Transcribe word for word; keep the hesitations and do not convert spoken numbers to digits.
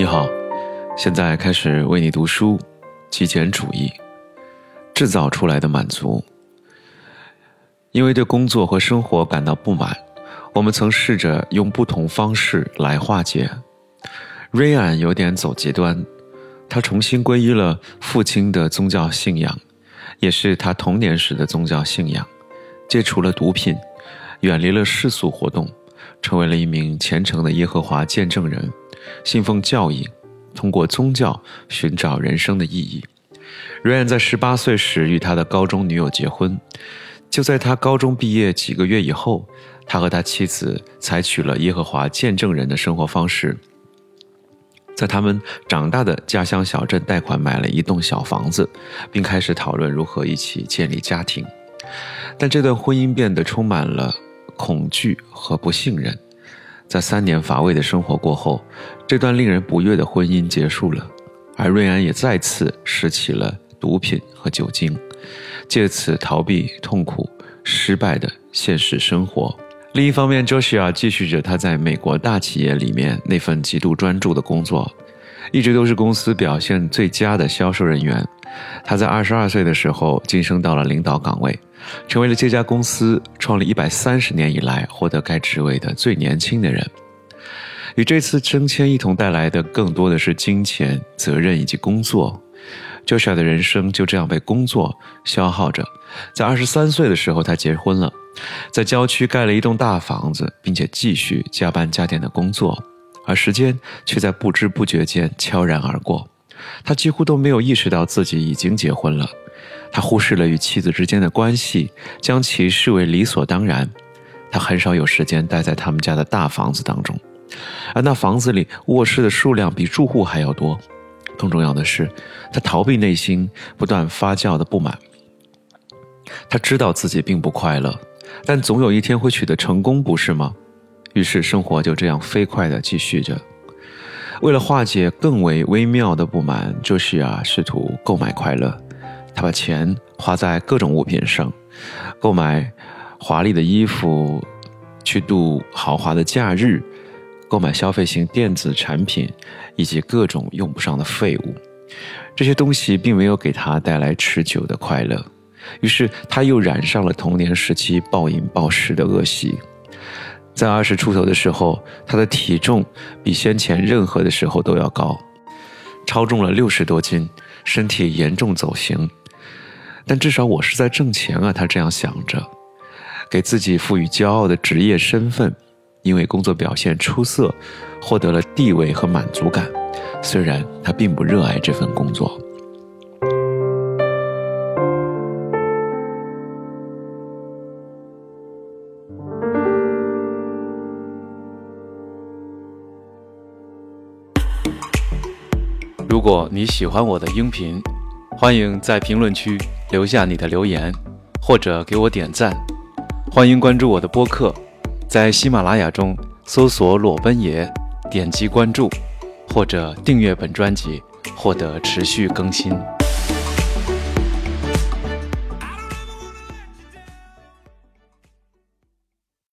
你好，现在开始为你读书。极简主义制造出来的满足。因为对工作和生活感到不满，我们曾试着用不同方式来化解。瑞安有点走极端，他重新皈依了父亲的宗教信仰，也是他童年时的宗教信仰，戒除了毒品，远离了世俗活动，成为了一名虔诚的耶和华见证人，信奉教义，通过宗教寻找人生的意义。瑞安在十八岁时与他的高中女友结婚，就在他高中毕业几个月以后，他和他妻子采取了耶和华见证人的生活方式，在他们长大的家乡小镇贷款买了一栋小房子，并开始讨论如何一起建立家庭。但这段婚姻变得充满了恐惧和不信任。在三年乏味的生活过后，这段令人不悦的婚姻结束了，而瑞安也再次拾起了毒品和酒精，借此逃避痛苦失败的现实生活。另一方面， Joshua 继续着他在美国大企业里面那份极度专注的工作，一直都是公司表现最佳的销售人员。他在二十二岁的时候晋升到了领导岗位，成为了这家公司创立一百三十年以来获得该职位的最年轻的人。与这次升迁一同带来的更多的是金钱、责任以及工作。Joshua 的人生就这样被工作消耗着。在二十三岁的时候，他结婚了，在郊区盖了一栋大房子，并且继续加班加点的工作，而时间却在不知不觉间悄然而过。他几乎都没有意识到自己已经结婚了，他忽视了与妻子之间的关系，将其视为理所当然。他很少有时间待在他们家的大房子当中，而那房子里卧室的数量比住户还要多。更重要的是，他逃避内心不断发酵的不满。他知道自己并不快乐，但总有一天会取得成功，不是吗？于是生活就这样飞快地继续着。为了化解更为微妙的不满，就是啊，试图购买快乐。他把钱花在各种物品上，购买华丽的衣服，去度豪华的假日，购买消费型电子产品，以及各种用不上的废物。这些东西并没有给他带来持久的快乐，于是他又染上了童年时期暴饮暴食的恶习。在二十出头的时候，他的体重比先前任何的时候都要高，超重了六十多斤，身体严重走形。但至少我是在挣钱啊，他这样想着，给自己赋予骄傲的职业身份，因为工作表现出色，获得了地位和满足感，虽然他并不热爱这份工作。如果你喜欢我的音频，欢迎在评论区留下你的留言，或者给我点赞。欢迎关注我的播客，在喜马拉雅中搜索裸奔爷，点击关注或者订阅本专辑，获得持续更新。